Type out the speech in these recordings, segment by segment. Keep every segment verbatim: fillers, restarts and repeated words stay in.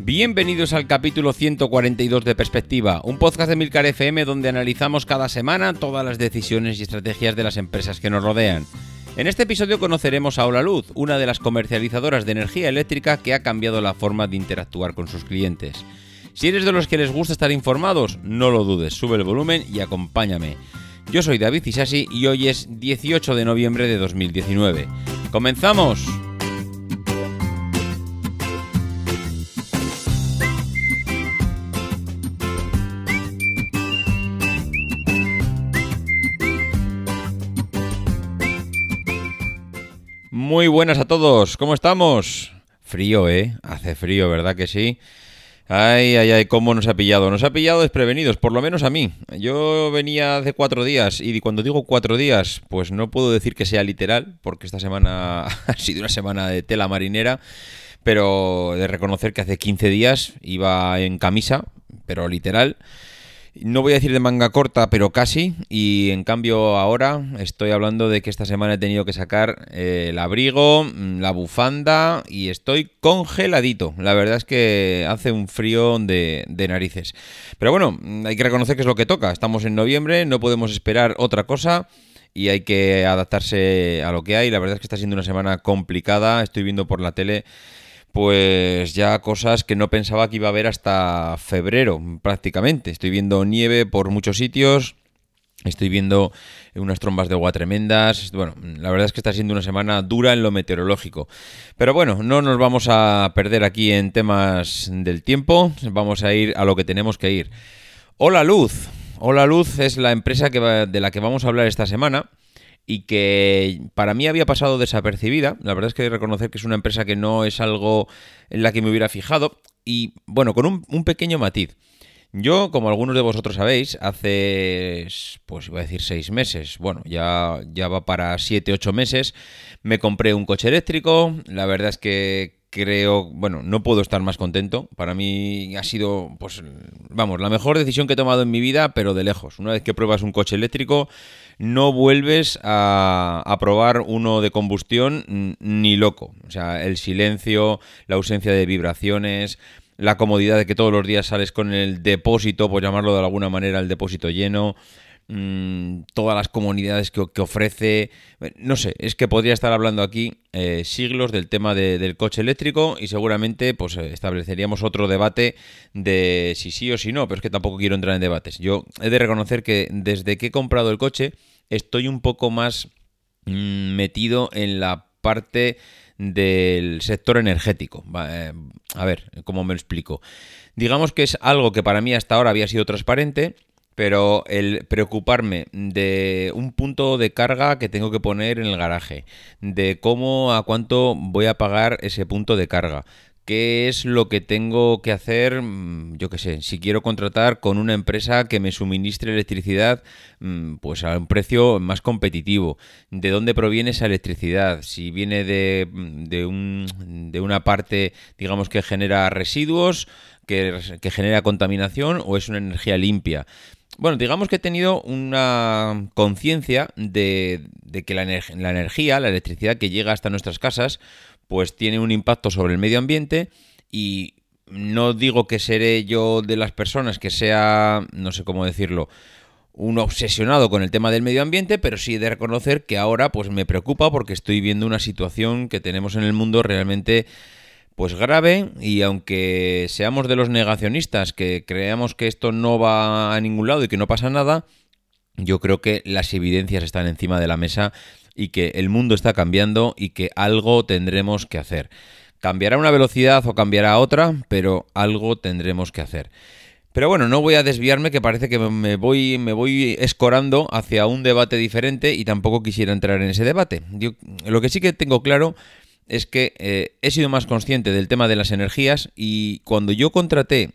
Bienvenidos al capítulo ciento cuarenta y dos de Perspectiva, un podcast de Milcar F M donde analizamos cada semana todas las decisiones y estrategias de las empresas que nos rodean. En este episodio conoceremos a Holaluz, una de las comercializadoras de energía eléctrica que ha cambiado la forma de interactuar con sus clientes. Si eres de los que les gusta estar informados, no lo dudes, sube el volumen y acompáñame. Yo soy David Isasi y hoy es dieciocho de noviembre de dos mil diecinueve. ¡Comenzamos! Muy buenas a todos, ¿cómo estamos? Frío, ¿eh? Hace frío, ¿verdad que sí? Ay, ay, ay, cómo nos ha pillado. Nos ha pillado desprevenidos, por lo menos a mí. Yo venía hace cuatro días y cuando digo cuatro días, pues no puedo decir que sea literal, porque esta semana ha sido una semana de tela marinera, pero de reconocer que hace quince días iba en camisa, pero literal. No voy a decir de manga corta, pero casi, y en cambio ahora estoy hablando de que esta semana he tenido que sacar eh, el abrigo, la bufanda y estoy congeladito. La verdad es que hace un frío de, de narices. Pero bueno, hay que reconocer que es lo que toca. Estamos en noviembre, no podemos esperar otra cosa y hay que adaptarse a lo que hay. La verdad es que está siendo una semana complicada. Estoy viendo por la tele pues ya cosas que no pensaba que iba a haber hasta febrero prácticamente. Estoy viendo nieve por muchos sitios, estoy viendo unas trombas de agua tremendas. Bueno, la verdad es que está siendo una semana dura en lo meteorológico. Pero bueno, no nos vamos a perder aquí en temas del tiempo, vamos a ir a lo que tenemos que ir. Holaluz. Holaluz es la empresa que va, de la que vamos a hablar esta semana. Y que para mí había pasado desapercibida. La verdad es que hay que reconocer que es una empresa que no es algo en la que me hubiera fijado. Y bueno, con un, un pequeño matiz. Yo, como algunos de vosotros sabéis, hace, pues iba a decir seis meses, bueno, ya, ya va para siete, ocho meses, me compré un coche eléctrico. La verdad es que creo, bueno, no puedo estar más contento. Para mí ha sido, pues, vamos, la mejor decisión que he tomado en mi vida, pero de lejos. Una vez que pruebas un coche eléctrico, no vuelves a, a probar uno de combustión ni loco. O sea, el silencio, la ausencia de vibraciones, la comodidad de que todos los días sales con el depósito, por llamarlo de alguna manera, el depósito lleno, mmm, todas las comodidades que, que ofrece. No sé, es que podría estar hablando aquí eh, siglos del tema de, del coche eléctrico y seguramente pues estableceríamos otro debate de si sí o si no, pero es que tampoco quiero entrar en debates. Yo he de reconocer que desde que he comprado el coche estoy un poco más mmm, metido en la parte del sector energético. A ver, ¿cómo me lo explico? Digamos que es algo que para mí hasta ahora había sido transparente, pero el preocuparme de un punto de carga que tengo que poner en el garaje, de cómo, a cuánto voy a pagar ese punto de carga, qué es lo que tengo que hacer, yo qué sé, si quiero contratar con una empresa que me suministre electricidad pues a un precio más competitivo, de dónde proviene esa electricidad, si viene de, de, un, de una parte, digamos, que genera residuos, que, que genera contaminación o es una energía limpia. Bueno, digamos que he tenido una conciencia de, de que la, ener- la energía, la electricidad que llega hasta nuestras casas, pues tiene un impacto sobre el medio ambiente y no digo que seré yo de las personas que sea, no sé cómo decirlo, un obsesionado con el tema del medio ambiente, pero sí he de reconocer que ahora pues me preocupa porque estoy viendo una situación que tenemos en el mundo realmente pues grave, y aunque seamos de los negacionistas que creamos que esto no va a ningún lado y que no pasa nada, yo creo que las evidencias están encima de la mesa y que el mundo está cambiando y que algo tendremos que hacer. Cambiará a una velocidad o cambiará a otra, pero algo tendremos que hacer. Pero bueno, no voy a desviarme, que parece que me voy, me voy escorando hacia un debate diferente y tampoco quisiera entrar en ese debate. Yo, lo que sí que tengo claro es que eh, he sido más consciente del tema de las energías y cuando yo contraté,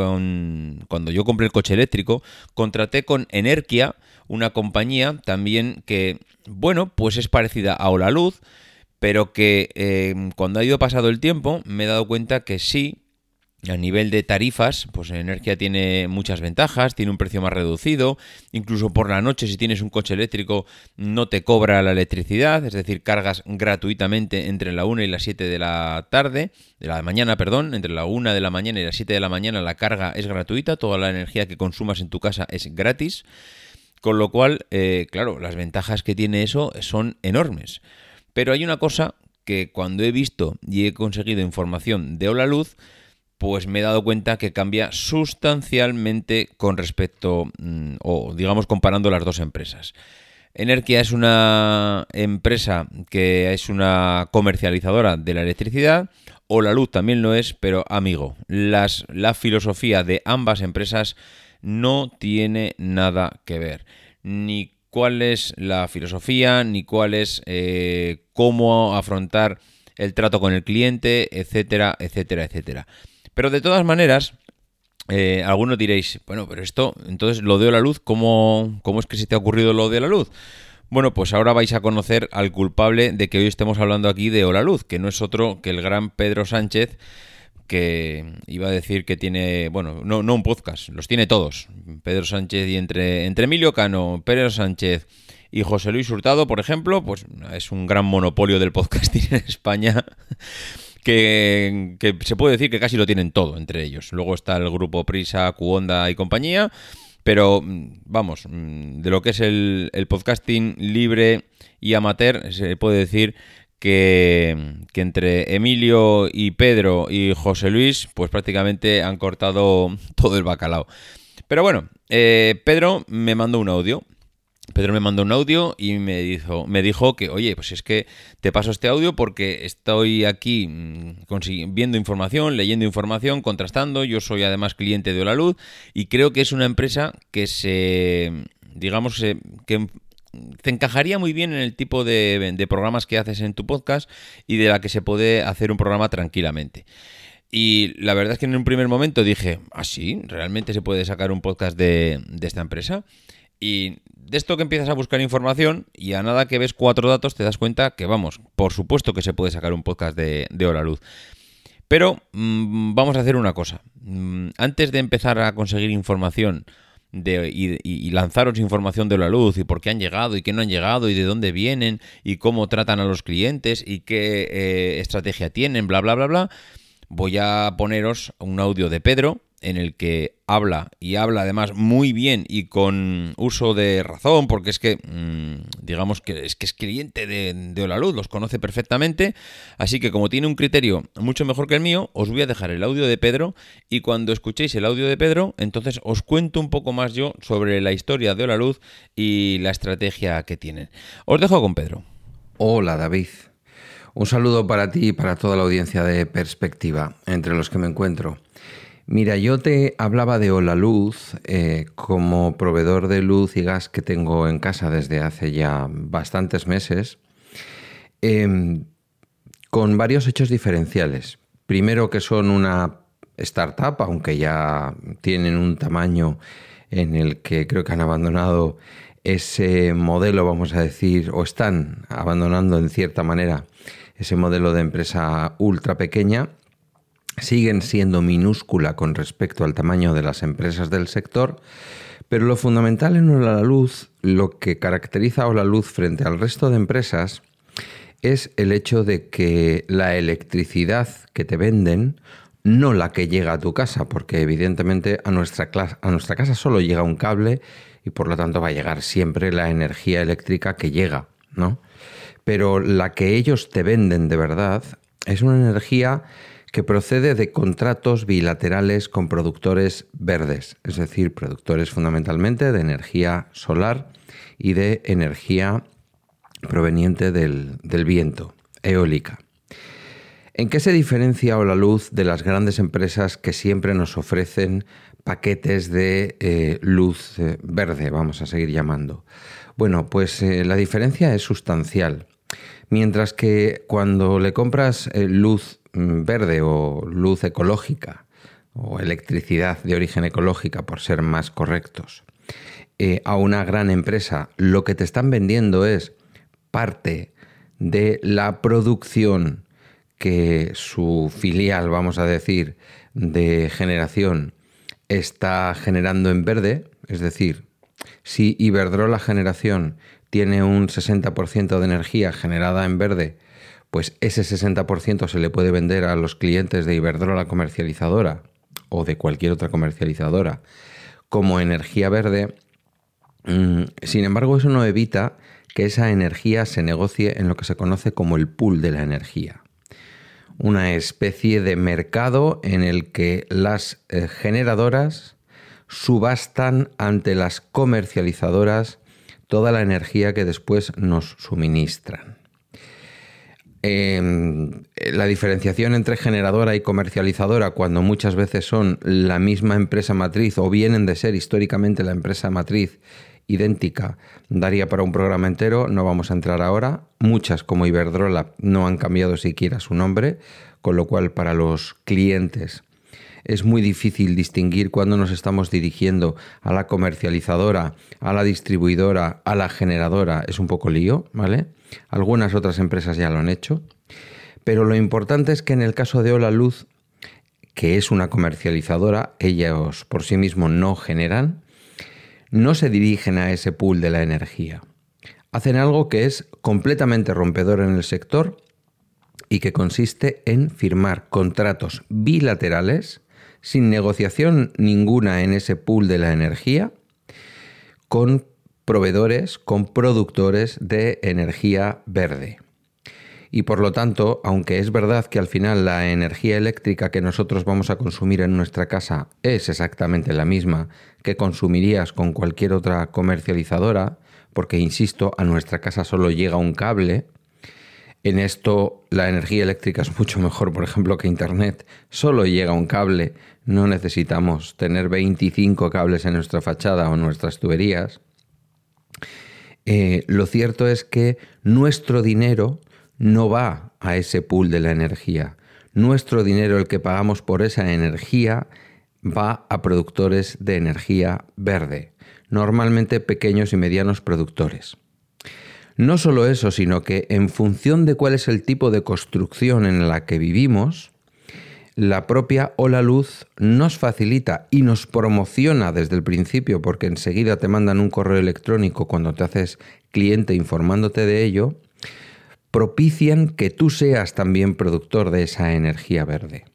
con, cuando yo compré el coche eléctrico, contraté con Energia, una compañía también que, bueno, pues es parecida a Holaluz, pero que eh, cuando ha ido pasado el tiempo me he dado cuenta que sí, A nivel de tarifas, pues Energia tiene muchas ventajas, tiene un precio más reducido, incluso por la noche si tienes un coche eléctrico no te cobra la electricidad, es decir, cargas gratuitamente entre la una y las siete de la tarde, de la mañana, perdón, entre la una de la mañana y las siete de la mañana la carga es gratuita, toda la energía que consumas en tu casa es gratis, con lo cual, eh, claro, las ventajas que tiene eso son enormes. Pero hay una cosa que cuando he visto y he conseguido información de Holaluz, pues me he dado cuenta que cambia sustancialmente con respecto, o digamos comparando las dos empresas. Energia es una empresa que es una comercializadora de la electricidad, Holaluz también lo es, pero amigo, las, la filosofía de ambas empresas no tiene nada que ver. Ni cuál es la filosofía, ni cuál es eh, cómo afrontar el trato con el cliente, etcétera, etcétera, etcétera. Pero de todas maneras, eh, algunos diréis, bueno, pero esto, entonces lo de Holaluz, ¿cómo, ¿cómo es que se te ha ocurrido lo de Holaluz? Bueno, pues ahora vais a conocer al culpable de que hoy estemos hablando aquí de Holaluz, que no es otro que el gran Pedro Sánchez, que iba a decir que tiene, bueno, no, no un podcast, los tiene todos. Pedro Sánchez y entre, entre Emilio Cano, Pedro Sánchez y José Luis Hurtado, por ejemplo, pues es un gran monopolio del podcasting en España. Que, que se puede decir que casi lo tienen todo entre ellos. Luego está el grupo Prisa, Cuonda y compañía, pero vamos, de lo que es el, el podcasting libre y amateur, se puede decir que, que entre Emilio y Pedro y José Luis, pues prácticamente han cortado todo el bacalao. Pero bueno, eh, Pedro me mandó un audio. Pedro me mandó un audio y me dijo, me dijo que, oye, pues es que te paso este audio porque estoy aquí viendo información, leyendo información, contrastando. Yo soy además cliente de Holaluz y creo que es una empresa que se, digamos, se, que te encajaría muy bien en el tipo de, de programas que haces en tu podcast y de la que se puede hacer un programa tranquilamente. Y la verdad es que en un primer momento dije, ¿ah, sí? ¿Realmente se puede sacar un podcast de, de esta empresa? Y de esto que empiezas a buscar información y a nada que ves cuatro datos te das cuenta que, vamos, por supuesto que se puede sacar un podcast de, de Holaluz. Pero mmm, vamos a hacer una cosa. Mm, antes de empezar a conseguir información de, y, y lanzaros información de Holaluz y por qué han llegado y qué no han llegado y de dónde vienen y cómo tratan a los clientes y qué eh, estrategia tienen, bla, bla, bla, bla, voy a poneros un audio de Pedro en el que habla, y habla además muy bien y con uso de razón, porque es que, mmm, digamos que es que es cliente de, de Holaluz, los conoce perfectamente, así que como tiene un criterio mucho mejor que el mío, os voy a dejar el audio de Pedro, y cuando escuchéis el audio de Pedro, entonces os cuento un poco más yo sobre la historia de Holaluz y la estrategia que tienen. Os dejo con Pedro. Hola, David. Un saludo para ti y para toda la audiencia de Perspectiva, entre los que me encuentro. Mira, yo te hablaba de Holaluz eh, como proveedor de luz y gas que tengo en casa desde hace ya bastantes meses, eh, con varios hechos diferenciales. Primero, que son una startup, aunque ya tienen un tamaño en el que creo que han abandonado ese modelo, vamos a decir, o están abandonando en cierta manera ese modelo de empresa ultra pequeña. Siguen siendo minúscula con respecto al tamaño de las empresas del sector, pero lo fundamental en Holaluz, lo que caracteriza a Holaluz frente al resto de empresas, es el hecho de que la electricidad que te venden, no la que llega a tu casa, porque evidentemente a nuestra, clase, a nuestra casa solo llega un cable y por lo tanto va a llegar siempre la energía eléctrica que llega, ¿no? Pero la que ellos te venden de verdad es una energía que procede de contratos bilaterales con productores verdes, es decir, productores fundamentalmente de energía solar y de energía proveniente del, del viento, eólica. ¿En qué se diferencia Holaluz de las grandes empresas que siempre nos ofrecen paquetes de eh, luz eh, verde, vamos a seguir llamando? Bueno, pues eh, la diferencia es sustancial. Mientras que cuando le compras eh, luz verde o luz ecológica o electricidad de origen ecológica, por ser más correctos, eh, a una gran empresa, lo que te están vendiendo es parte de la producción que su filial, vamos a decir, de generación está generando en verde, es decir, si Iberdrola Generación tiene un sesenta por ciento de energía generada en verde, pues ese sesenta por ciento se le puede vender a los clientes de Iberdrola Comercializadora o de cualquier otra comercializadora como energía verde. Sin embargo, eso no evita que esa energía se negocie en lo que se conoce como el pool de la energía. Una especie de mercado en el que las eh, generadoras subastan ante las comercializadoras toda la energía que después nos suministran. Eh, la diferenciación entre generadora y comercializadora, cuando muchas veces son la misma empresa matriz o vienen de ser históricamente la empresa matriz idéntica, daría para un programa entero. No vamos a entrar ahora. Muchas, como Iberdrola, no han cambiado siquiera su nombre, con lo cual para los clientes es muy difícil distinguir cuándo nos estamos dirigiendo a la comercializadora, a la distribuidora, a la generadora. Es un poco lío, ¿vale? Algunas otras empresas ya lo han hecho. Pero lo importante es que en el caso de Holaluz, que es una comercializadora, ellos por sí mismos no generan, no se dirigen a ese pool de la energía. Hacen algo que es completamente rompedor en el sector y que consiste en firmar contratos bilaterales sin negociación ninguna en ese pool de la energía con proveedores, con productores de energía verde. Y por lo tanto, aunque es verdad que al final la energía eléctrica que nosotros vamos a consumir en nuestra casa es exactamente la misma que consumirías con cualquier otra comercializadora, porque, insisto, a nuestra casa solo llega un cable. En esto la energía eléctrica es mucho mejor, por ejemplo, que Internet. Solo llega un cable, no necesitamos tener veinticinco cables en nuestra fachada o en nuestras tuberías. Eh, lo cierto es que nuestro dinero no va a ese pool de la energía. Nuestro dinero, el que pagamos por esa energía, va a productores de energía verde, normalmente pequeños y medianos productores. No solo eso, sino que en función de cuál es el tipo de construcción en la que vivimos, la propia Holaluz nos facilita y nos promociona desde el principio, porque enseguida te mandan un correo electrónico cuando te haces cliente informándote de ello, propician que tú seas también productor de esa energía verde.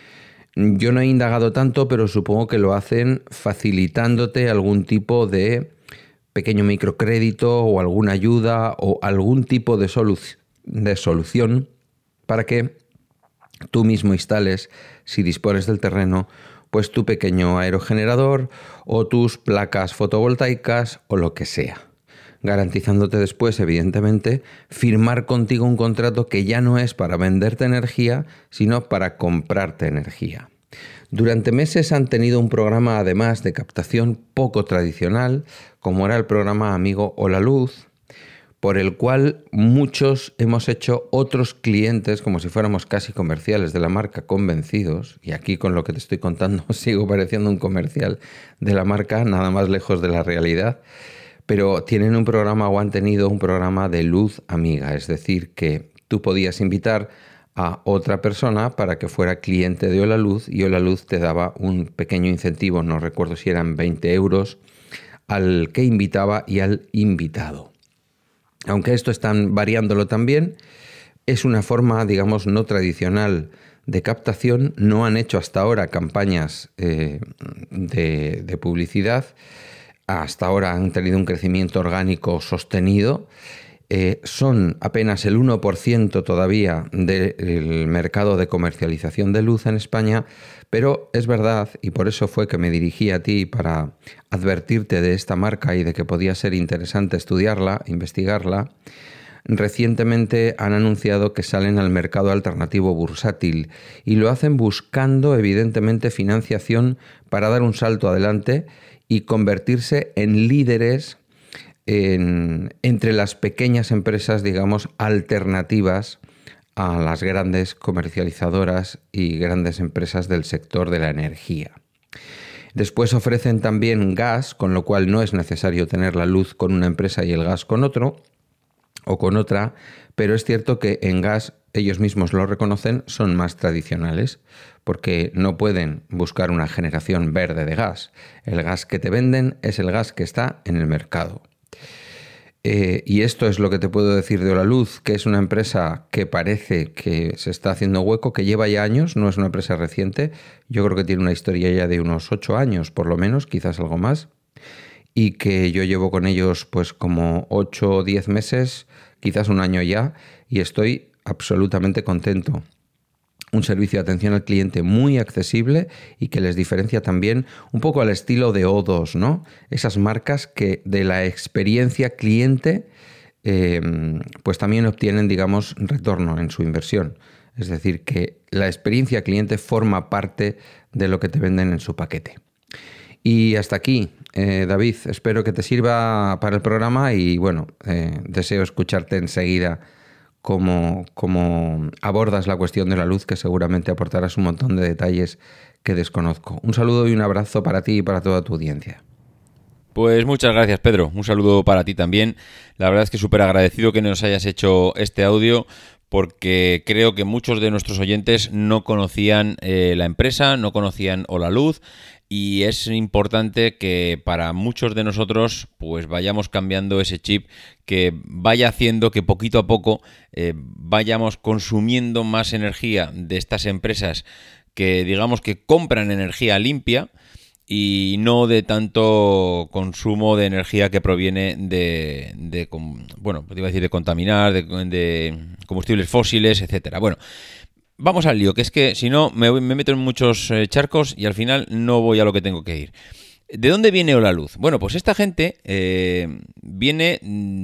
Yo no he indagado tanto, pero supongo que lo hacen facilitándote algún tipo de pequeño microcrédito o alguna ayuda o algún tipo de, solu- de solución para que tú mismo instales, si dispones del terreno, pues tu pequeño aerogenerador o tus placas fotovoltaicas o lo que sea, garantizándote después, evidentemente, firmar contigo un contrato que ya no es para venderte energía, sino para comprarte energía. Durante meses han tenido un programa, además, de captación poco tradicional, como era el programa amigo Holaluz, por el cual muchos hemos hecho otros clientes, como si fuéramos casi comerciales de la marca, convencidos, y aquí con lo que te estoy contando sigo pareciendo un comercial de la marca, nada más lejos de la realidad, pero tienen un programa o han tenido un programa de luz amiga, es decir, que tú podías invitar a otra persona para que fuera cliente de Holaluz y Holaluz te daba un pequeño incentivo, no recuerdo si eran veinte euros, al que invitaba y al invitado. Aunque esto están variándolo también, es una forma, digamos, no tradicional de captación. No han hecho hasta ahora campañas eh, de, de publicidad. Hasta ahora han tenido un crecimiento orgánico sostenido. Eh, son apenas el uno por ciento todavía del mercado de comercialización de luz en España, pero es verdad, y por eso fue que me dirigí a ti para advertirte de esta marca y de que podía ser interesante estudiarla, investigarla. Recientemente han anunciado que salen al mercado alternativo bursátil y lo hacen buscando, evidentemente, financiación para dar un salto adelante y convertirse en líderes En, entre las pequeñas empresas, digamos, alternativas a las grandes comercializadoras y grandes empresas del sector de la energía. Después ofrecen también gas, con lo cual no es necesario tener la luz con una empresa y el gas con otro. o con otra, pero es cierto que en gas, ellos mismos lo reconocen, son más tradicionales, porque no pueden buscar una generación verde de gas. El gas que te venden es el gas que está en el mercado. Eh, y esto es lo que te puedo decir de Holaluz, que es una empresa que parece que se está haciendo hueco, que lleva ya años, no es una empresa reciente. Yo creo que tiene una historia ya de unos ocho años, por lo menos, quizás algo más. Y que yo llevo con ellos pues como ocho o diez meses, quizás un año ya, y estoy absolutamente contento. Un servicio de atención al cliente muy accesible y que les diferencia también un poco al estilo de O dos, ¿no? Esas marcas que de la experiencia cliente eh, pues también obtienen, digamos, retorno en su inversión. Es decir, que la experiencia cliente forma parte de lo que te venden en su paquete. Y hasta aquí, eh, David, espero que te sirva para el programa y bueno, eh, deseo escucharte enseguida cómo, cómo abordas la cuestión de la luz, que seguramente aportarás un montón de detalles que desconozco. Un saludo y un abrazo para ti y para toda tu audiencia. Pues muchas gracias, Pedro. Un saludo para ti también. La verdad es que súper agradecido que nos hayas hecho este audio, porque creo que muchos de nuestros oyentes no conocían eh, la empresa, no conocían Holaluz, y es importante que para muchos de nosotros pues vayamos cambiando ese chip, que vaya haciendo que poquito a poco eh, vayamos consumiendo más energía de estas empresas que digamos que compran energía limpia y no de tanto consumo de energía que proviene de, de bueno, te iba a decir de contaminar, de, de combustibles fósiles, etcétera. Bueno, vamos al lío, que es que si no me, me meto en muchos eh, charcos y al final no voy a lo que tengo que ir. ¿De dónde viene Holaluz? Bueno, pues esta gente eh, viene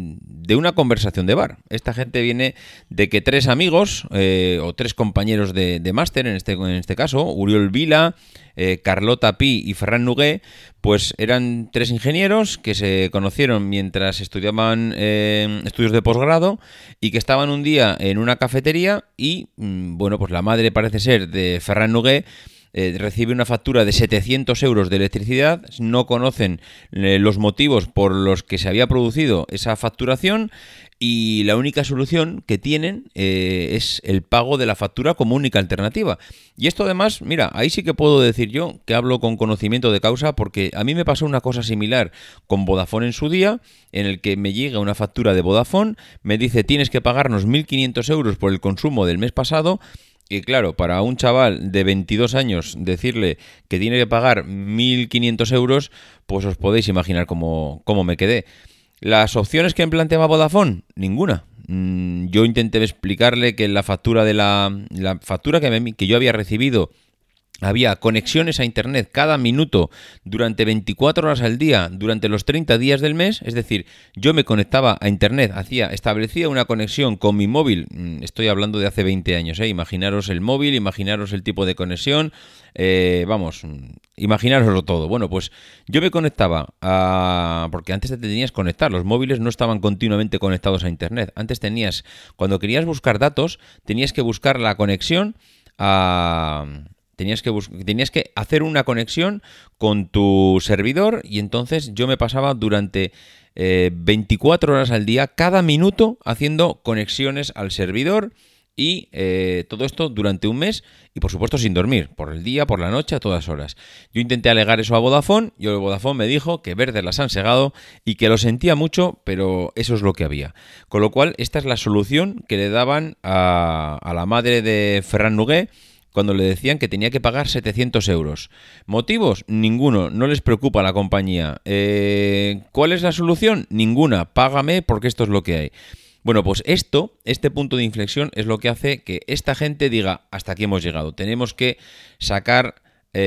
de una conversación de bar. Esta gente viene de que tres amigos eh, o tres compañeros de, de máster, en este, en este caso, Uriol Vila, eh, Carlota Pi y Ferran Nogué, pues eran tres ingenieros que se conocieron mientras estudiaban eh, estudios de posgrado y que estaban un día en una cafetería y, bueno, pues la madre parece ser de Ferran Nogué Eh, recibe una factura de setecientos euros de electricidad, no conocen eh, los motivos por los que se había producido esa facturación y la única solución que tienen eh, es el pago de la factura como única alternativa. Y esto además, mira, ahí sí que puedo decir yo que hablo con conocimiento de causa, porque a mí me pasó una cosa similar con Vodafone en su día, en el que me llega una factura de Vodafone, me dice tienes que pagarnos mil quinientos euros por el consumo del mes pasado. Y claro, para un chaval de veintidós años decirle que tiene que pagar mil quinientos euros, pues os podéis imaginar cómo, cómo me quedé. ¿Las opciones que me planteaba Vodafone? Ninguna. Yo intenté explicarle que la factura de la, la factura que, me, que yo había recibido había conexiones a internet cada minuto durante veinticuatro horas al día durante los treinta días del mes, es decir, yo me conectaba a internet, hacía, establecía una conexión con mi móvil, estoy hablando de hace veinte años, ¿eh? Imaginaros el móvil, imaginaros el tipo de conexión, eh, vamos, imaginároslo todo. Bueno, pues yo me conectaba a... porque antes te tenías que conectar, los móviles no estaban continuamente conectados a internet, antes tenías, cuando querías buscar datos, tenías que buscar la conexión a... Tenías que, bus- tenías que hacer una conexión con tu servidor y entonces yo me pasaba durante eh, veinticuatro horas al día, cada minuto, haciendo conexiones al servidor y eh, todo esto durante un mes y por supuesto sin dormir, por el día, por la noche, a todas horas. Yo intenté alegar eso a Vodafone y el Vodafone me dijo que verdes las han segado y que lo sentía mucho, pero eso es lo que había. Con lo cual, esta es la solución que le daban a, a la madre de Ferran Nogué cuando le decían que tenía que pagar setecientos euros. ¿Motivos? Ninguno. No les preocupa a la compañía. Eh, ¿Cuál es la solución? Ninguna. Págame porque esto es lo que hay. Bueno, pues esto, este punto de inflexión es lo que hace que esta gente diga, hasta aquí hemos llegado. Tenemos que sacar...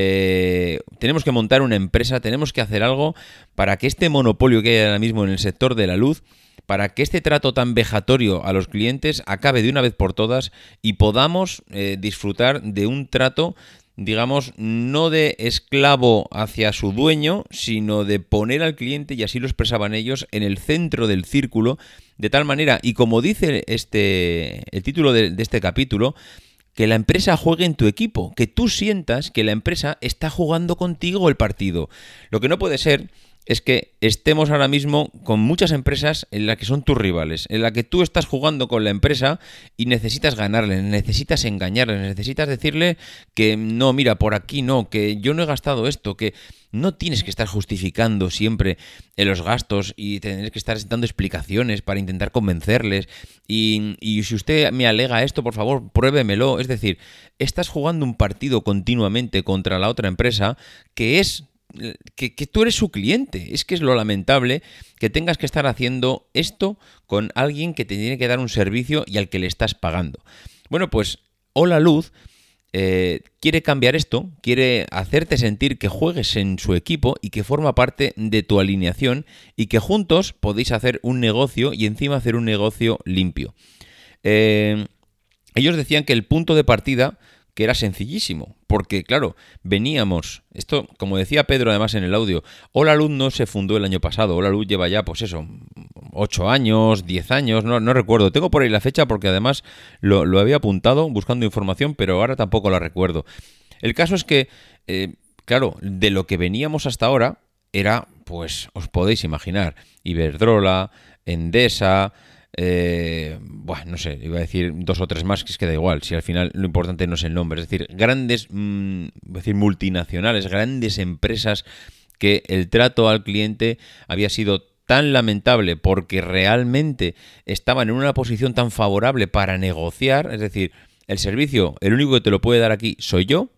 Eh, tenemos que montar una empresa, tenemos que hacer algo para que este monopolio que hay ahora mismo en el sector de la luz, para que este trato tan vejatorio a los clientes acabe de una vez por todas y podamos eh, disfrutar de un trato, digamos, no de esclavo hacia su dueño, sino de poner al cliente, y así lo expresaban ellos, en el centro del círculo, de tal manera, y como dice este el título de, de este capítulo, que la empresa juegue en tu equipo, que tú sientas que la empresa está jugando contigo el partido. Lo que no puede ser es que estemos ahora mismo con muchas empresas en las que son tus rivales, en la que tú estás jugando con la empresa y necesitas ganarle, necesitas engañarle, necesitas decirle que no, mira, por aquí no, que yo no he gastado esto, que no tienes que estar justificando siempre en los gastos y tener que estar dando explicaciones para intentar convencerles y, y si usted me alega esto, por favor, pruébemelo. Es decir, estás jugando un partido continuamente contra la otra empresa que es Que, que tú eres su cliente. Es que es lo lamentable que tengas que estar haciendo esto con alguien que te tiene que dar un servicio y al que le estás pagando. Bueno, pues Hola Luz eh, quiere cambiar esto, quiere hacerte sentir que juegues en su equipo y que forma parte de tu alineación y que juntos podéis hacer un negocio y encima hacer un negocio limpio. Eh, ellos decían que el punto de partida, que era sencillísimo, porque claro, veníamos, esto como decía Pedro además en el audio, Hola Luz no se fundó el año pasado, Hola Luz lleva ya pues eso, ocho años, diez años, no, no recuerdo, tengo por ahí la fecha porque además lo, lo había apuntado buscando información, pero ahora tampoco la recuerdo. El caso es que, eh, claro, de lo que veníamos hasta ahora era, pues os podéis imaginar, Iberdrola, Endesa... Eh, bueno, no sé, iba a decir dos o tres más, que es que da igual, si al final lo importante no es el nombre, es decir, grandes, mmm, es decir, multinacionales, grandes empresas que el trato al cliente había sido tan lamentable porque realmente estaban en una posición tan favorable para negociar, es decir, el servicio, el único que te lo puede dar aquí soy yo.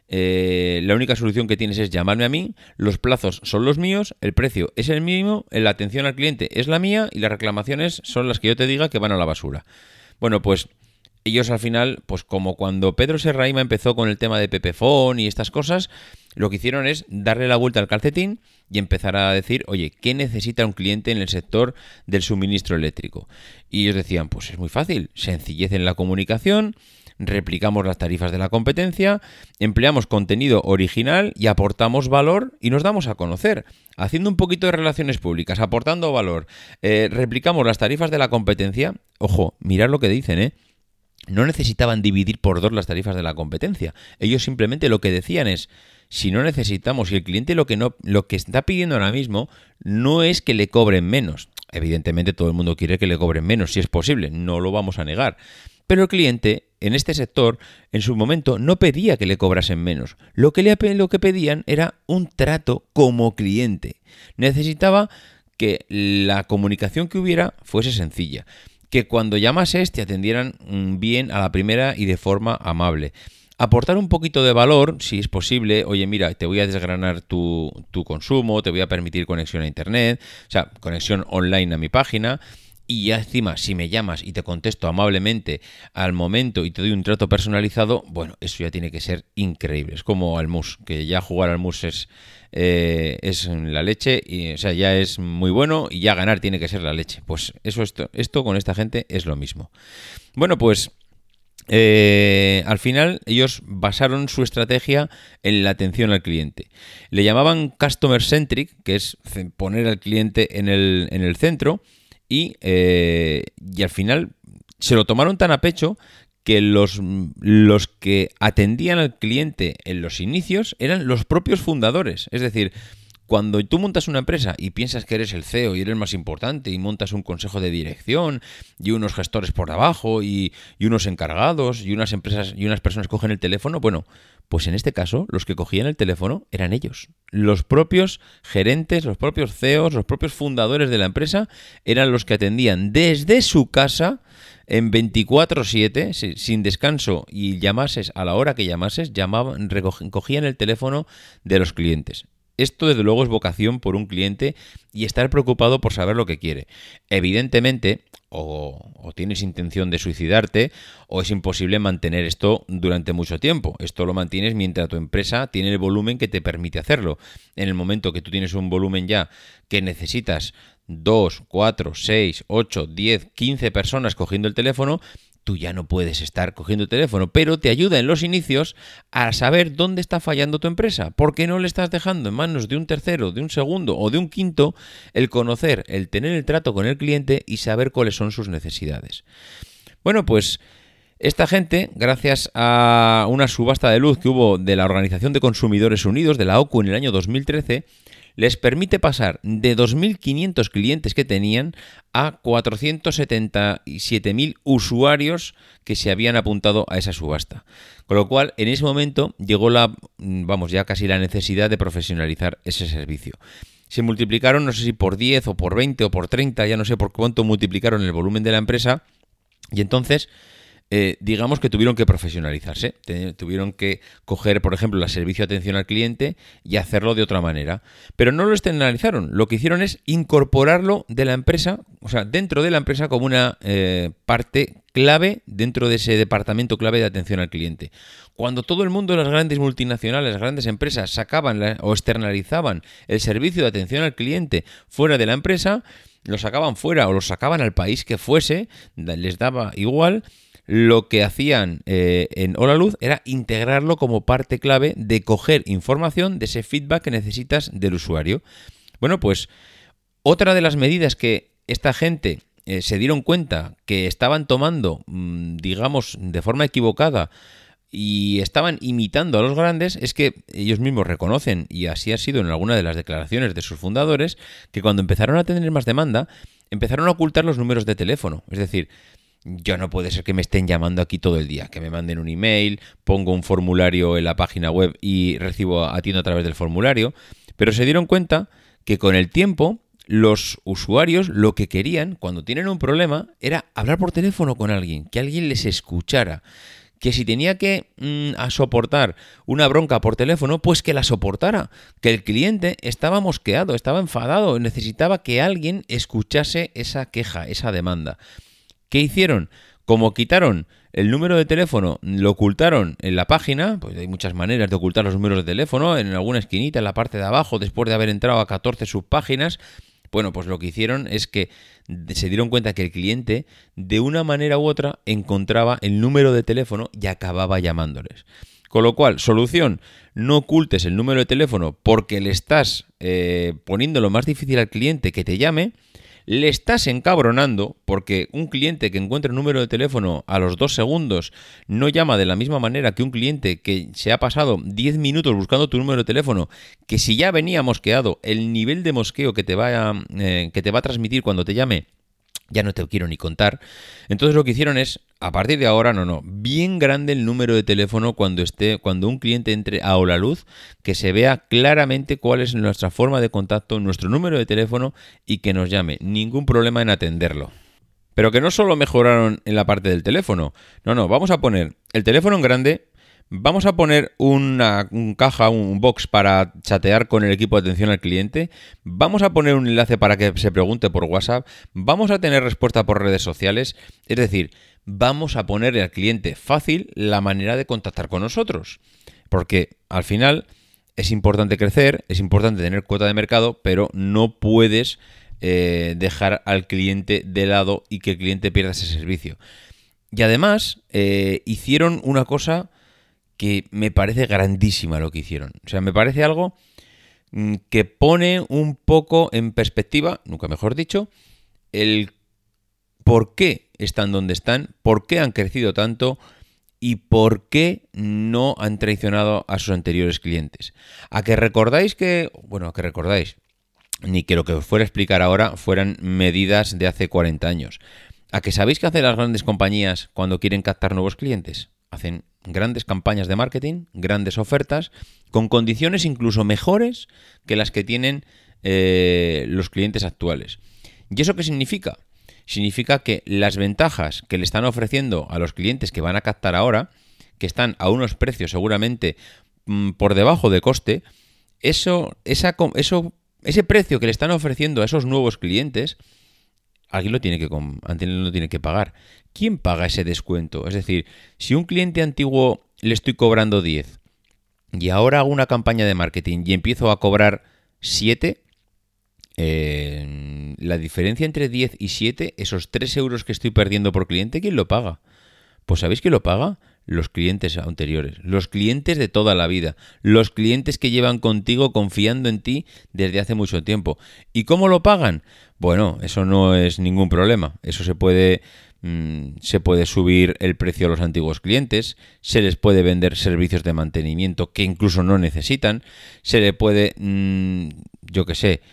Eh, la única solución que tienes es llamarme a mí, los plazos son los míos, el precio es el mínimo, la atención al cliente es la mía y las reclamaciones son las que yo te diga que van a la basura. Bueno, pues ellos al final, pues como cuando Pedro Serrahima empezó con el tema de Pepefone y estas cosas, lo que hicieron es darle la vuelta al calcetín y empezar a decir, oye, ¿qué necesita un cliente en el sector del suministro eléctrico? Y ellos decían, pues es muy fácil, sencillez en la comunicación, replicamos las tarifas de la competencia, empleamos contenido original y aportamos valor y nos damos a conocer, haciendo un poquito de relaciones públicas, aportando valor, eh, replicamos las tarifas de la competencia. Ojo, mirad lo que dicen, ¿eh? No necesitaban dividir por dos las tarifas de la competencia. Ellos simplemente lo que decían es, si no necesitamos, si el cliente lo que, no, lo que está pidiendo ahora mismo no es que le cobren menos. Evidentemente todo el mundo quiere que le cobren menos, si es posible, no lo vamos a negar. Pero el cliente, en este sector, en su momento, no pedía que le cobrasen menos. Lo que, le, lo que pedían era un trato como cliente. Necesitaba que la comunicación que hubiera fuese sencilla. Que cuando llamases te atendieran bien a la primera y de forma amable. Aportar un poquito de valor, si es posible. Oye, mira, te voy a desgranar tu, tu consumo, te voy a permitir conexión a internet, o sea, conexión online a mi página. Y ya encima, si me llamas y te contesto amablemente al momento y te doy un trato personalizado, bueno, eso ya tiene que ser increíble. Es como al mus, que ya jugar al mus es, eh, es la leche, y, o sea, ya es muy bueno y ya ganar tiene que ser la leche. Pues eso, esto, esto con esta gente es lo mismo. Bueno, pues eh, al final ellos basaron su estrategia en la atención al cliente. Le llamaban Customer Centric, que es poner al cliente en el, en el centro. Y, eh, y al final se lo tomaron tan a pecho que los, los que atendían al cliente en los inicios eran los propios fundadores. Es decir, cuando tú montas una empresa y piensas que eres el C E O y eres más importante y montas un consejo de dirección y unos gestores por abajo y, y unos encargados y unas empresas y unas personas cogen el teléfono, bueno, pues en este caso los que cogían el teléfono eran ellos. Los propios gerentes, los propios C E Os, los propios fundadores de la empresa eran los que atendían desde su casa en veinticuatro siete, sin descanso, y llamases a la hora que llamases, llamaban, recogían el teléfono de los clientes. Esto, desde luego, es vocación por un cliente y estar preocupado por saber lo que quiere. Evidentemente, o, o tienes intención de suicidarte, o es imposible mantener esto durante mucho tiempo. Esto lo mantienes mientras tu empresa tiene el volumen que te permite hacerlo. En el momento que tú tienes un volumen ya que necesitas dos, cuatro, seis, ocho, diez, quince personas cogiendo el teléfono, tú ya no puedes estar cogiendo el teléfono, pero te ayuda en los inicios a saber dónde está fallando tu empresa, porque no le estás dejando en manos de un tercero, de un segundo o de un quinto el conocer, el tener el trato con el cliente y saber cuáles son sus necesidades. Bueno, pues esta gente, gracias a una subasta de luz que hubo de la Organización de Consumidores Unidos, de la O C U, en el año dos mil trece, les permite pasar de dos mil quinientos clientes que tenían a cuatrocientos setenta y siete mil usuarios que se habían apuntado a esa subasta. Con lo cual, en ese momento llegó la, vamos, ya casi la necesidad de profesionalizar ese servicio. Se multiplicaron, no sé si por diez o por veinte o por treinta, ya no sé por cuánto multiplicaron el volumen de la empresa, y entonces eh, digamos que tuvieron que profesionalizarse, tuvieron que coger, por ejemplo, el servicio de atención al cliente y hacerlo de otra manera. Pero no lo externalizaron, lo que hicieron es incorporarlo de la empresa, o sea, dentro de la empresa como una eh, parte clave dentro de ese departamento clave de atención al cliente. Cuando todo el mundo, las grandes multinacionales, las grandes empresas sacaban la, o externalizaban el servicio de atención al cliente fuera de la empresa, lo sacaban fuera o lo sacaban al país que fuese, les daba igual. Lo que hacían eh, en Holaluz era integrarlo como parte clave de coger información de ese feedback que necesitas del usuario. Bueno, pues otra de las medidas que esta gente eh, se dieron cuenta que estaban tomando, mmm, digamos, de forma equivocada y estaban imitando a los grandes, es que ellos mismos reconocen, y así ha sido en alguna de las declaraciones de sus fundadores, que cuando empezaron a tener más demanda, empezaron a ocultar los números de teléfono. Es decir, yo no puede ser que me estén llamando aquí todo el día, que me manden un email, pongo un formulario en la página web y recibo, atiendo a través del formulario, pero se dieron cuenta que con el tiempo los usuarios lo que querían cuando tienen un problema era hablar por teléfono con alguien, que alguien les escuchara, que si tenía que mm, a soportar una bronca por teléfono, pues que la soportara, que el cliente estaba mosqueado, estaba enfadado, necesitaba que alguien escuchase esa queja, esa demanda. ¿Qué hicieron? Como quitaron el número de teléfono, lo ocultaron en la página, pues hay muchas maneras de ocultar los números de teléfono, en alguna esquinita, en la parte de abajo, después de haber entrado a catorce subpáginas. Bueno, pues lo que hicieron es que se dieron cuenta que el cliente, de una manera u otra, encontraba el número de teléfono y acababa llamándoles. Con lo cual, solución, no ocultes el número de teléfono porque le estás eh, poniendo lo más difícil al cliente que te llame. Le estás encabronando porque un cliente que encuentra el número de teléfono a los dos segundos no llama de la misma manera que un cliente que se ha pasado diez minutos buscando tu número de teléfono, que si ya venía mosqueado, el nivel de mosqueo que te va a, eh, que te va a transmitir cuando te llame, ya no te quiero ni contar. Entonces lo que hicieron es, a partir de ahora, no, no, bien grande el número de teléfono cuando esté, cuando un cliente entre a Holaluz, que se vea claramente cuál es nuestra forma de contacto, nuestro número de teléfono y que nos llame. Ningún problema en atenderlo. Pero que no solo mejoraron en la parte del teléfono. No, no, vamos a poner el teléfono en grande. Vamos a poner una un caja, un box para chatear con el equipo de atención al cliente. Vamos a poner un enlace para que se pregunte por WhatsApp. Vamos a tener respuesta por redes sociales. Es decir, vamos a ponerle al cliente fácil la manera de contactar con nosotros. Porque al final es importante crecer, es importante tener cuota de mercado, pero no puedes eh, dejar al cliente de lado y que el cliente pierda ese servicio. Y además eh, hicieron una cosa que me parece grandísima lo que hicieron. O sea, me parece algo que pone un poco en perspectiva, nunca mejor dicho, el por qué están donde están, por qué han crecido tanto y por qué no han traicionado a sus anteriores clientes. ¿A que recordáis que, bueno, a que recordáis, ni que lo que os fuera a explicar ahora fueran medidas de hace cuarenta años? ¿A que sabéis qué hacen las grandes compañías cuando quieren captar nuevos clientes? Hacen grandes campañas de marketing, grandes ofertas, con condiciones incluso mejores que las que tienen eh, los clientes actuales. ¿Y eso qué significa? Significa que las ventajas que le están ofreciendo a los clientes que van a captar ahora, que están a unos precios seguramente mmm, por debajo de coste, eso, esa, eso, ese precio que le están ofreciendo a esos nuevos clientes, alguien lo tiene que, alguien lo tiene que pagar. ¿Quién paga ese descuento? Es decir, si un cliente antiguo le estoy cobrando diez y ahora hago una campaña de marketing y empiezo a cobrar siete, eh, la diferencia entre diez y siete, esos tres euros que estoy perdiendo por cliente, ¿quién lo paga? Pues ¿sabéis quién lo paga? Los clientes anteriores, los clientes de toda la vida, los clientes que llevan contigo confiando en ti desde hace mucho tiempo. ¿Y cómo lo pagan? Bueno, eso no es ningún problema, eso se puede mmm, se puede subir el precio a los antiguos clientes, se les puede vender servicios de mantenimiento que incluso no necesitan, se le puede, mmm, yo qué sé,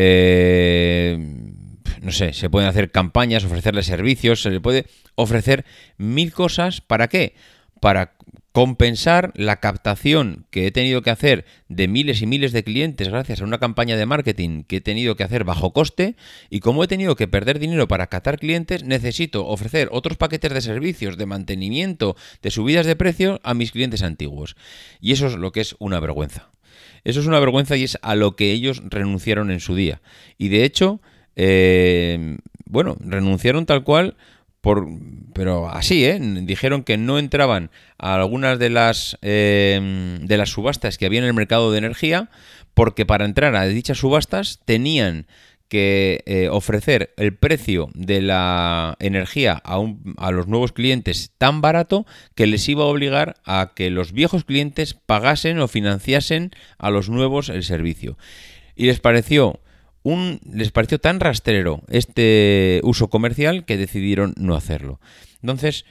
eh, no sé, se pueden hacer campañas, ofrecerle servicios, se le puede ofrecer mil cosas. ¿Para qué? Para compensar la captación que he tenido que hacer de miles y miles de clientes gracias a una campaña de marketing que he tenido que hacer bajo coste, y como he tenido que perder dinero para captar clientes, necesito ofrecer otros paquetes de servicios, de mantenimiento, de subidas de precio a mis clientes antiguos. Y eso es lo que es una vergüenza. Eso es una vergüenza y es a lo que ellos renunciaron en su día. Y de hecho, eh, bueno, renunciaron tal cual. Por, pero así, ¿eh? Dijeron que no entraban a algunas de las eh, de las subastas que había en el mercado de energía, porque para entrar a dichas subastas tenían que eh, ofrecer el precio de la energía a, un, a los nuevos clientes tan barato que les iba a obligar a que los viejos clientes pagasen o financiasen a los nuevos el servicio. Y les pareció Un, les pareció tan rastrero este uso comercial que decidieron no hacerlo. Entonces,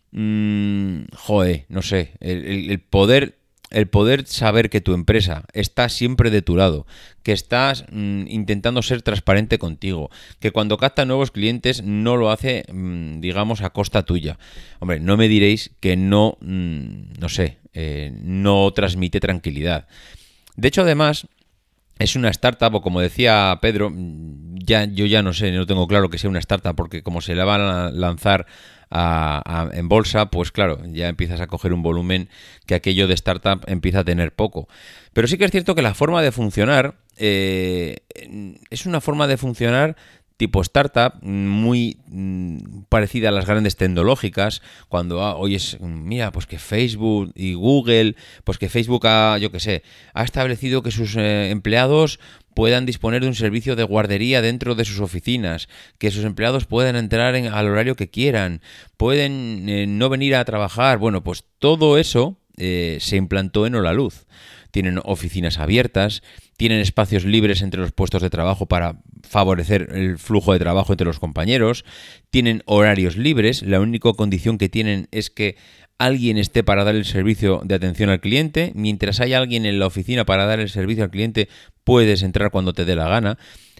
mmm, joder, no sé, el, el, el poder el poder saber que tu empresa está siempre de tu lado, que estás mmm, intentando ser transparente contigo, que cuando capta nuevos clientes no lo hace, mmm, digamos, a costa tuya. Hombre, no me diréis que no, mmm, no sé, eh, no transmite tranquilidad. De hecho, además, es una startup, o como decía Pedro, ya yo ya no sé, no tengo claro que sea una startup, porque como se la van a lanzar a, a, en bolsa, pues claro, ya empiezas a coger un volumen que aquello de startup empieza a tener poco. Pero sí que es cierto que la forma de funcionar eh, es una forma de funcionar tipo startup, muy mmm, parecida a las grandes tecnológicas, cuando ah, oyes, mira, pues que Facebook y Google, pues que Facebook ha, yo qué sé, ha establecido que sus eh, empleados puedan disponer de un servicio de guardería dentro de sus oficinas, que sus empleados puedan entrar en, al horario que quieran, pueden eh, no venir a trabajar. Bueno, pues todo eso eh, se implantó en Holaluz. Tienen oficinas abiertas, tienen espacios libres entre los puestos de trabajo para favorecer el flujo de trabajo entre los compañeros, tienen horarios libres, la única condición que tienen es que alguien esté para dar el servicio de atención al cliente. Mientras haya alguien en la oficina para dar el servicio al cliente, puedes entrar cuando te dé la gana.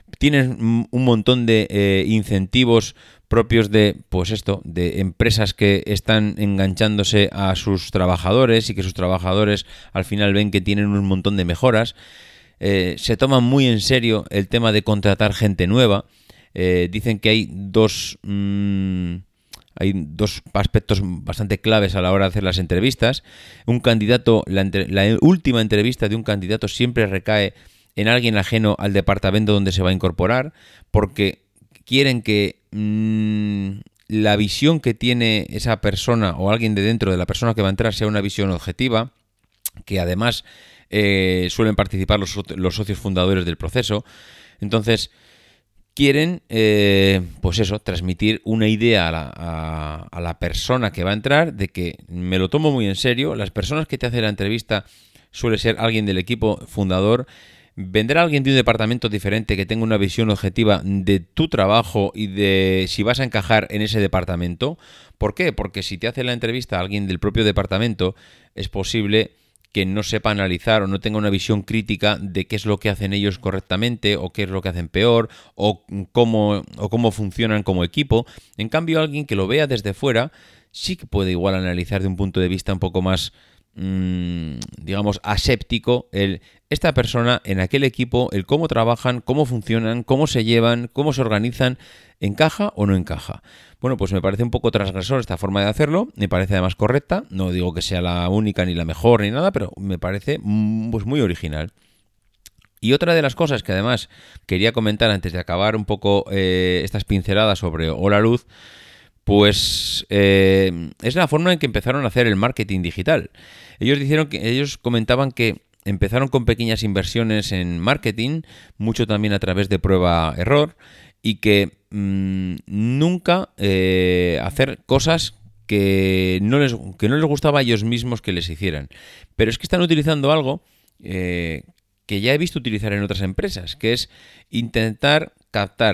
Tienen un montón de eh, incentivos propios de, pues esto, de empresas que están enganchándose a sus trabajadores y que sus trabajadores al final ven que tienen un montón de mejoras. Eh, se toman muy en serio el tema de contratar gente nueva. Eh, dicen que hay dos, mmm, hay dos aspectos bastante claves a la hora de hacer las entrevistas. Un candidato, la, entre, la última entrevista de un candidato siempre recae en alguien ajeno al departamento donde se va a incorporar, porque quieren que mmm, la visión que tiene esa persona o alguien de dentro de la persona que va a entrar sea una visión objetiva, que además eh, suelen participar los, los socios fundadores del proceso. Entonces quieren, eh, pues eso, transmitir una idea a la, a, a la persona que va a entrar de que me lo tomo muy en serio. Las personas que te hacen la entrevista suele ser alguien del equipo fundador. Vendrá alguien de un departamento diferente que tenga una visión objetiva de tu trabajo y de si vas a encajar en ese departamento. ¿Por qué? Porque si te hace la entrevista a alguien del propio departamento, es posible que no sepa analizar o no tenga una visión crítica de qué es lo que hacen ellos correctamente o qué es lo que hacen peor o cómo, o cómo funcionan como equipo. En cambio, alguien que lo vea desde fuera sí que puede igual analizar de un punto de vista un poco más, mmm, digamos, aséptico el esta persona en aquel equipo, el cómo trabajan, cómo funcionan, cómo se llevan, cómo se organizan, ¿encaja o no encaja? Bueno, pues me parece un poco transgresor esta forma de hacerlo, me parece además correcta, no digo que sea la única ni la mejor ni nada, pero me parece pues muy original. Y otra de las cosas que además quería comentar antes de acabar un poco eh, estas pinceladas sobre Holaluz, pues eh, es la forma en que empezaron a hacer el marketing digital. Ellos dijeron que ellos comentaban que empezaron con pequeñas inversiones en marketing, mucho también a través de prueba-error, y que mmm, nunca eh, hacer cosas que no, les, que no les gustaba a ellos mismos que les hicieran. Pero es que están utilizando algo eh, que ya he visto utilizar en otras empresas, que es intentar captar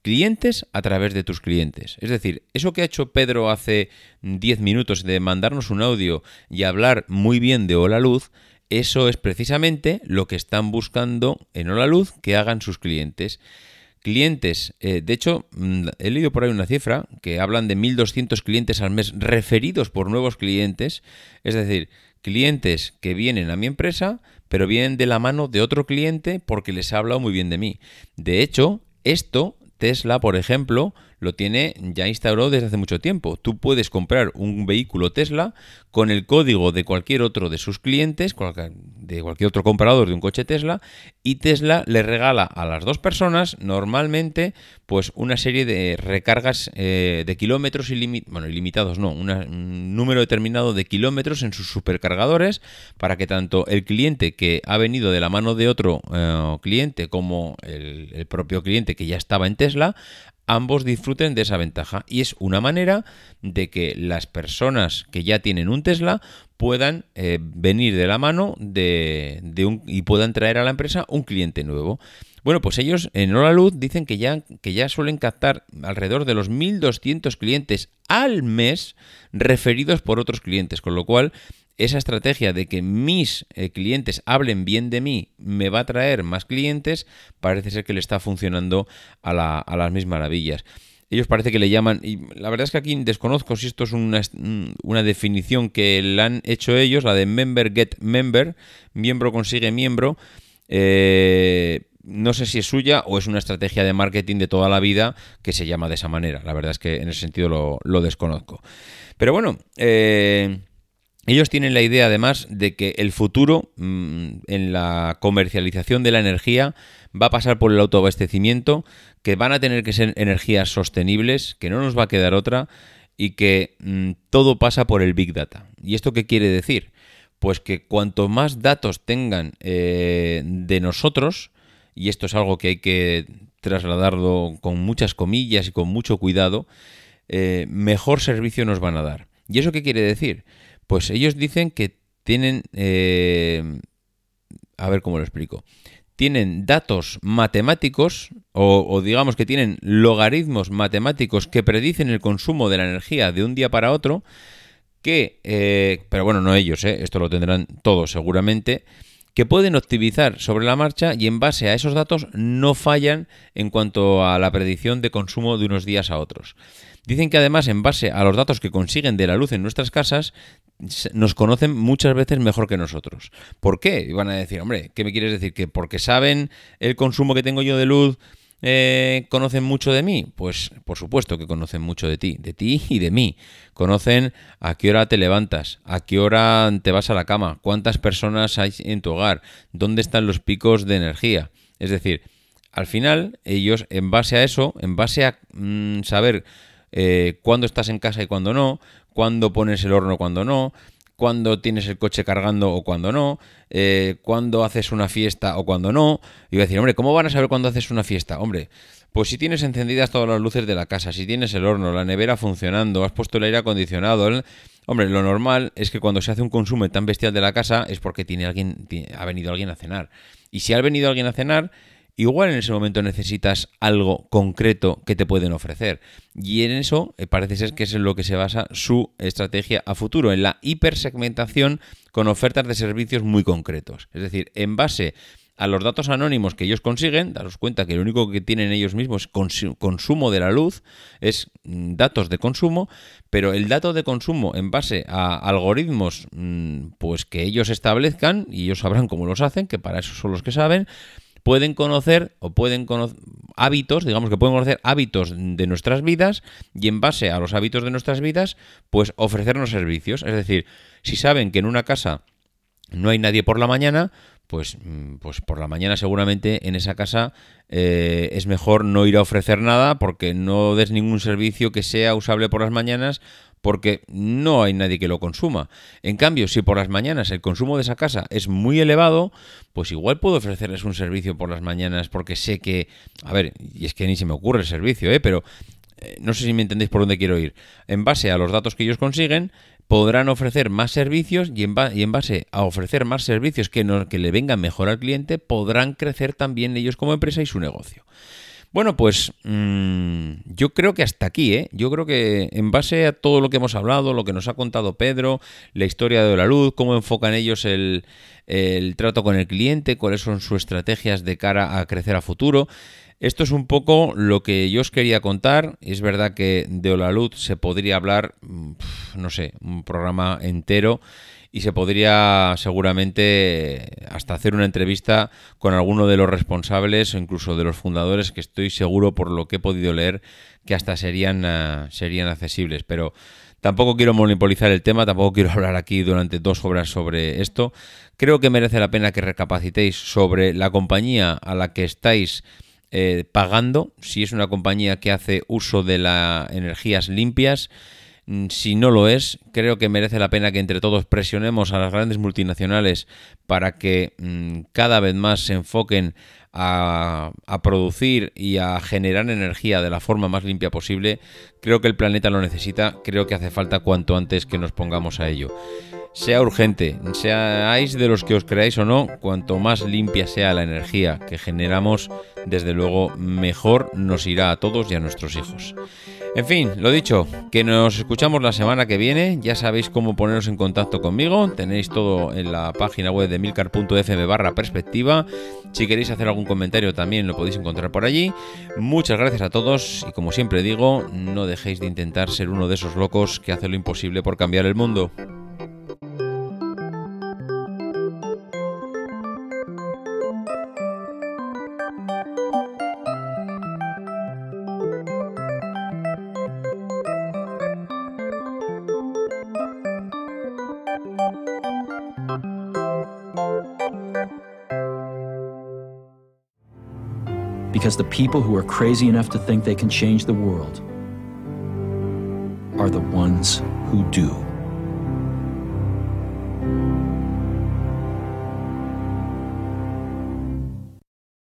clientes a través de tus clientes. Es decir, eso que ha hecho Pedro hace diez minutos de mandarnos un audio y hablar muy bien de Holaluz, eso es precisamente lo que están buscando en Holaluz que hagan sus clientes. Clientes, eh, de hecho, he leído por ahí una cifra que hablan de mil doscientos clientes al mes referidos por nuevos clientes, es decir, clientes que vienen a mi empresa, pero vienen de la mano de otro cliente porque les ha hablado muy bien de mí. De hecho, esto Tesla, por ejemplo, lo tiene ya instaurado desde hace mucho tiempo. Tú puedes comprar un vehículo Tesla con el código de cualquier otro de sus clientes, de cualquier otro comprador de un coche Tesla, y Tesla le regala a las dos personas normalmente pues una serie de recargas eh, de kilómetros ilimitados, bueno, ilimitados no, una, un número determinado de kilómetros en sus supercargadores para que tanto el cliente que ha venido de la mano de otro eh, cliente como el, el propio cliente que ya estaba en Tesla, ambos disfruten de esa ventaja. Y es una manera de que las personas que ya tienen un Tesla puedan eh, venir de la mano de, de un, y puedan traer a la empresa un cliente nuevo. Bueno, pues ellos en Holaluz dicen que ya, que ya suelen captar alrededor de los mil doscientos clientes al mes referidos por otros clientes, con lo cual esa estrategia de que mis eh, clientes hablen bien de mí me va a traer más clientes, parece ser que le está funcionando a, la, a las mismas maravillas. Ellos parece que le llaman, y la verdad es que aquí desconozco si esto es una, una definición que le han hecho ellos, la de member get member, miembro consigue miembro. Eh, no sé si es suya o es una estrategia de marketing de toda la vida que se llama de esa manera. La verdad es que en ese sentido lo, lo desconozco. Pero bueno, eh... ellos tienen la idea, además, de que el futuro mmm, en la comercialización de la energía va a pasar por el autoabastecimiento, que van a tener que ser energías sostenibles, que no nos va a quedar otra y que mmm, todo pasa por el Big Data. ¿Y esto qué quiere decir? Pues que cuanto más datos tengan eh, de nosotros, y esto es algo que hay que trasladarlo con muchas comillas y con mucho cuidado, eh, mejor servicio nos van a dar. ¿Y eso qué quiere decir? Pues ellos dicen que tienen, eh, a ver cómo lo explico, tienen datos matemáticos o, o digamos que tienen logaritmos matemáticos que predicen el consumo de la energía de un día para otro, que, eh, pero bueno, no ellos, eh, esto lo tendrán todos seguramente, que pueden optimizar sobre la marcha y en base a esos datos no fallan en cuanto a la predicción de consumo de unos días a otros. Dicen que además en base a los datos que consiguen de la luz en nuestras casas nos conocen muchas veces mejor que nosotros. ¿Por qué? Y van a decir, hombre, ¿qué me quieres decir? ¿Que porque saben el consumo que tengo yo de luz eh, conocen mucho de mí? Pues por supuesto que conocen mucho de ti, de ti y de mí. Conocen a qué hora te levantas, a qué hora te vas a la cama, cuántas personas hay en tu hogar, dónde están los picos de energía. Es decir, al final ellos en base a eso, en base a mmm, saber eh, cuándo estás en casa y cuándo no, cuándo pones el horno, cuándo no, cuándo tienes el coche cargando o cuándo no, eh, cuándo haces una fiesta o cuándo no. Y voy a decir, hombre, ¿cómo van a saber cuándo haces una fiesta? Hombre, pues si tienes encendidas todas las luces de la casa, si tienes el horno, la nevera funcionando, has puesto el aire acondicionado, el... hombre, lo normal es que cuando se hace un consumo tan bestial de la casa es porque tiene alguien, tiene, ha venido alguien a cenar. Y si ha venido alguien a cenar, igual en ese momento necesitas algo concreto que te pueden ofrecer. Y en eso eh, parece ser que es en lo que se basa su estrategia a futuro, en la hipersegmentación con ofertas de servicios muy concretos. Es decir, en base a los datos anónimos que ellos consiguen, daros cuenta que lo único que tienen ellos mismos es cons- consumo de la luz, es mm, datos de consumo, pero el dato de consumo en base a algoritmos mm, pues que ellos establezcan, y ellos sabrán cómo los hacen, que para eso son los que saben, pueden conocer o pueden conocer hábitos, digamos que pueden conocer hábitos de nuestras vidas y en base a los hábitos de nuestras vidas, pues ofrecernos servicios. Es decir, si saben que en una casa no hay nadie por la mañana, pues, pues por la mañana seguramente en esa casa eh, es mejor no ir a ofrecer nada porque no des ningún servicio que sea usable por las mañanas porque no hay nadie que lo consuma. En cambio, si por las mañanas el consumo de esa casa es muy elevado, pues igual puedo ofrecerles un servicio por las mañanas porque sé que, a ver, y es que ni se me ocurre el servicio, ¿eh? Pero eh, no sé si me entendéis por dónde quiero ir. En base a los datos que ellos consiguen, podrán ofrecer más servicios y en, ba- y en base a ofrecer más servicios que, no, que le vengan mejor al cliente, podrán crecer también ellos como empresa y su negocio. Bueno, pues mmm, yo creo que hasta aquí, ¿eh? Yo creo que en base a todo lo que hemos hablado, lo que nos ha contado Pedro, la historia de Holaluz, cómo enfocan ellos el, el trato con el cliente, cuáles son sus estrategias de cara a crecer a futuro. Esto es un poco lo que yo os quería contar. Es verdad que de Holaluz se podría hablar, no sé, un programa entero y se podría seguramente hasta hacer una entrevista con alguno de los responsables o incluso de los fundadores, que estoy seguro por lo que he podido leer que hasta serían, uh, serían accesibles. Pero tampoco quiero monopolizar el tema, tampoco quiero hablar aquí durante dos horas sobre esto. Creo que merece la pena que recapacitéis sobre la compañía a la que estáis Eh, pagando, si es una compañía que hace uso de las energías limpias. Si no lo es, creo que merece la pena que entre todos presionemos a las grandes multinacionales para que mmm, cada vez más se enfoquen a, a producir y a generar energía de la forma más limpia posible. Creo que el planeta lo necesita, creo que hace falta cuanto antes que nos pongamos a ello. Sea urgente, seáis de los que os creáis o no, cuanto más limpia sea la energía que generamos, desde luego mejor nos irá a todos y a nuestros hijos. En fin, lo dicho, que nos escuchamos la semana que viene. Ya sabéis cómo poneros en contacto conmigo. Tenéis todo en la página web de milcar punto f m barra perspectiva. Si queréis hacer algún comentario también lo podéis encontrar por allí. Muchas gracias a todos y, como siempre digo, no dejéis de intentar ser uno de esos locos que hace lo imposible por cambiar el mundo. Because the people who are crazy enough to think they can change the world are the ones who do.